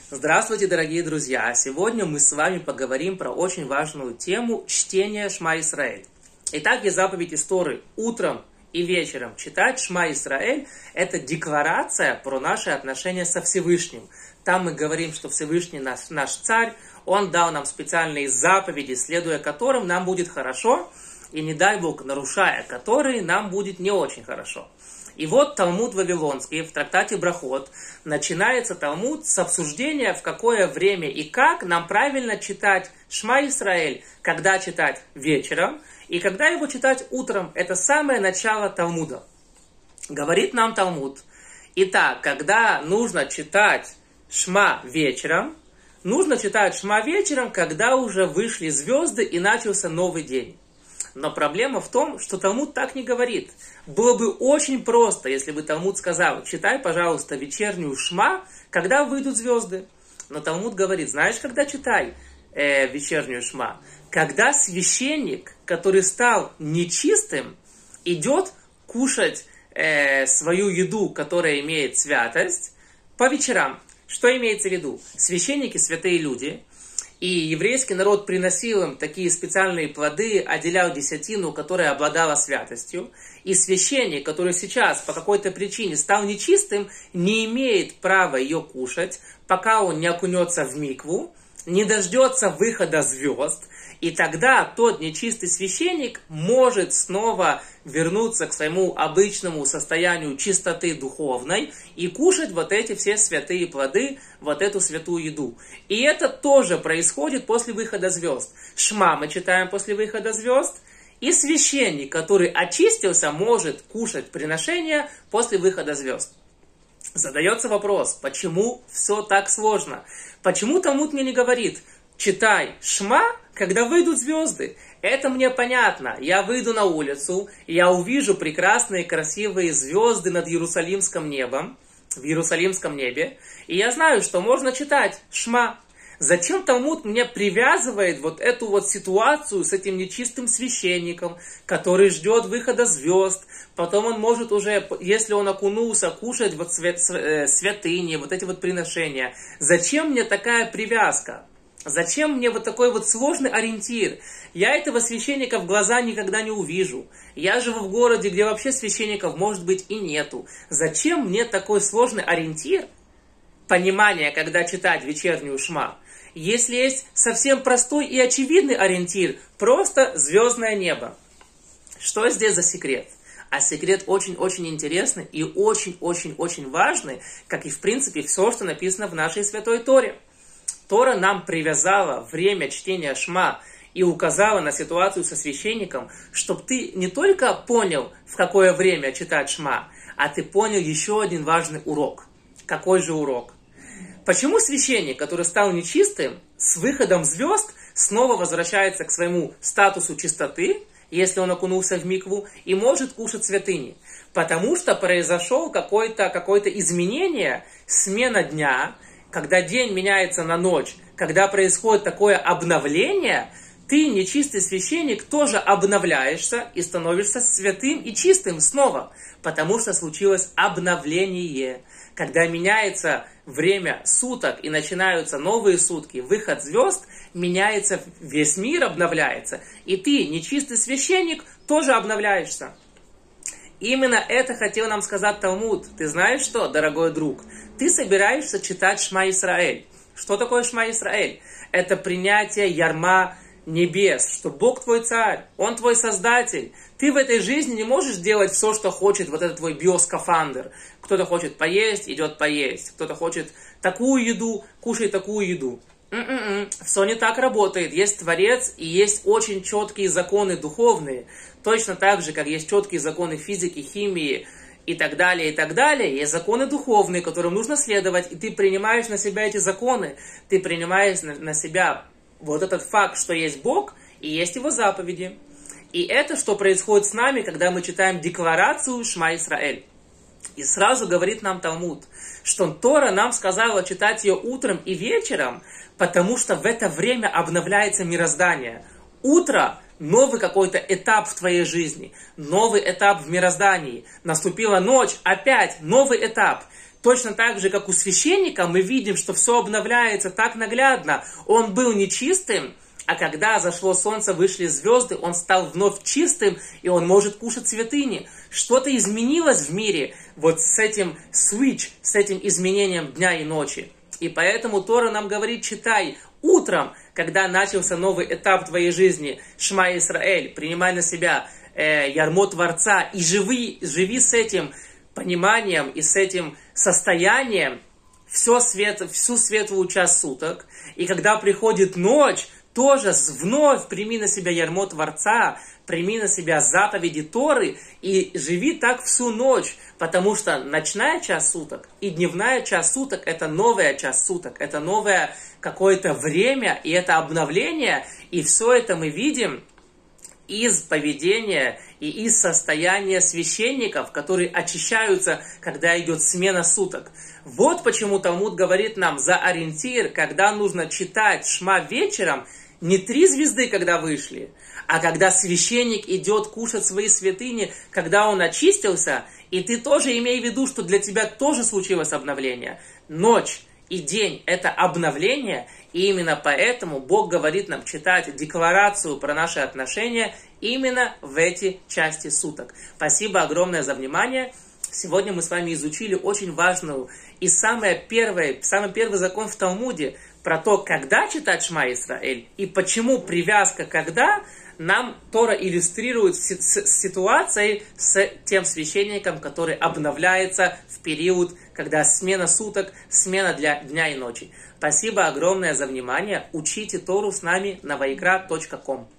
Здравствуйте, дорогие друзья! Сегодня мы с вами поговорим про очень важную тему чтения Шма Исраэль. Итак, есть заповедь из Торы утром и вечером читать Шма Исраэль. Это декларация про наши отношения со Всевышним. Там мы говорим, что Всевышний наш царь, он дал нам специальные заповеди, следуя которым нам будет хорошо, и не дай Бог, нарушая которые нам будет не очень хорошо. И вот Талмуд Вавилонский в трактате Брахот начинается Талмуд с обсуждения, в какое время и как нам правильно читать Шма Исраэль, когда читать вечером и когда его читать утром. Это самое начало Талмуда. Говорит нам Талмуд: итак, когда нужно читать Шма вечером, нужно читать Шма вечером, когда уже вышли звезды и начался новый день. Но проблема в том, что Талмуд так не говорит. Было бы очень просто, если бы Талмуд сказал: читай, пожалуйста, вечернюю Шма, когда выйдут звезды. Но Талмуд говорит: знаешь, когда читай вечернюю Шма? Когда священник, который стал нечистым, идет кушать свою еду, которая имеет святость, по вечерам. Что имеется в виду? Священники — святые люди. И еврейский народ приносил им такие специальные плоды, отделял десятину, которая обладала святостью. И священник, который сейчас по какой-то причине стал нечистым, не имеет права ее кушать, пока он не окунется в микву, не дождется выхода звезд. И тогда тот нечистый священник может снова вернуться к своему обычному состоянию чистоты духовной и кушать вот эти все святые плоды, вот эту святую еду. И это тоже происходит после выхода звезд. Шма мы читаем после выхода звезд, и священник, который очистился, может кушать приношения после выхода звезд. Задается вопрос, почему все так сложно? Почему Талмуд мне не говорит: читай Шма, когда выйдут звезды? Это мне понятно. Я выйду на улицу, я увижу прекрасные, красивые звезды над Иерусалимским небом, в Иерусалимском небе, и я знаю, что можно читать Шма. Зачем Талмуд мне привязывает вот эту вот ситуацию с этим нечистым священником, который ждет выхода звезд, потом он может уже, если он окунулся, кушать вот святыни, вот эти вот приношения. Зачем мне такая привязка? Зачем мне вот такой вот сложный ориентир? Я этого священника в глаза никогда не увижу. Я живу в городе, где вообще священников, может быть, и нету. Зачем мне такой сложный ориентир? Понимание, когда читать вечернюю Шма. Если есть совсем простой и очевидный ориентир, просто звездное небо. Что здесь за секрет? А секрет очень-очень интересный и очень-очень-очень важный, как и в принципе все, что написано в нашей Святой Торе. Тора нам привязала время чтения Шма и указала на ситуацию со священником, чтобы ты не только понял, в какое время читать Шма, а ты понял еще один важный урок. Какой же урок? Почему священник, который стал нечистым, с выходом звезд снова возвращается к своему статусу чистоты, если он окунулся в микву, и может кушать святыни? Потому что произошло какое-то изменение, смена дня, когда день меняется на ночь, когда происходит такое обновление, ты, нечистый священник, тоже обновляешься и становишься святым и чистым снова, потому что случилось обновление. Когда меняется время суток и начинаются новые сутки, выход звезд, меняется весь мир, обновляется, и ты, нечистый священник, тоже обновляешься. Именно это хотел нам сказать Талмуд. Ты знаешь что, дорогой друг? Ты собираешься читать Шма Исраэль. Что такое Шма Исраэль? Это принятие ярма небес, что Бог твой царь, Он твой создатель. Ты в этой жизни не можешь делать все, что хочет вот этот твой биоскафандр. Кто-то хочет поесть, идет поесть. Кто-то хочет такую еду, кушай такую еду. Все не так работает. Есть Творец и есть очень четкие законы духовные. Точно так же, как есть четкие законы физики, химии и так далее, и так далее. Есть законы духовные, которым нужно следовать. И ты принимаешь на себя эти законы. Ты принимаешь на себя вот этот факт, что есть Бог и есть Его заповеди. И это что происходит с нами, когда мы читаем декларацию Шма Исраэль. И сразу говорит нам Талмуд, что Тора нам сказала читать ее утром и вечером, потому что в это время обновляется мироздание. Утро – новый какой-то этап в твоей жизни, новый этап в мироздании. Наступила ночь, опять новый этап. Точно так же, как у священника, мы видим, что все обновляется так наглядно. Он был нечистым, а когда зашло солнце, вышли звезды, он стал вновь чистым, и он может кушать святыни. Что-то изменилось в мире вот с этим switch, с этим изменением дня и ночи. И поэтому Тора нам говорит, читай утром, когда начался новый этап твоей жизни, Шма Исраэль, принимай на себя ярмо Творца и живи с этим пониманием и с этим состоянием всю светлую час суток. И когда приходит ночь, тоже вновь прими на себя ярмо Творца, прими на себя заповеди Торы и живи так всю ночь, потому что ночная час суток и дневная час суток – это новая час суток, это новое какое-то время, и это обновление, и все это мы видим из поведения и из состояния священников, которые очищаются, когда идет смена суток. Вот почему Талмуд говорит нам за ориентир, когда нужно читать Шма вечером, не 3 звезды, когда вышли, а когда священник идет кушать свои святыни, когда он очистился, и ты тоже имей в виду, что для тебя тоже случилось обновление. Ночь и день – это обновление, и именно поэтому Бог говорит нам читать декларацию про наши отношения именно в эти части суток. Спасибо огромное за внимание. Сегодня мы с вами изучили очень важную и самый первый закон в Талмуде про то, когда читать Шма Исраэль и почему привязка «когда» нам Тора иллюстрирует с ситуацией с тем священником, который обновляется в период, когда смена суток, смена для дня и ночи. Спасибо огромное за внимание. Учите Тору с нами на vaikra.com.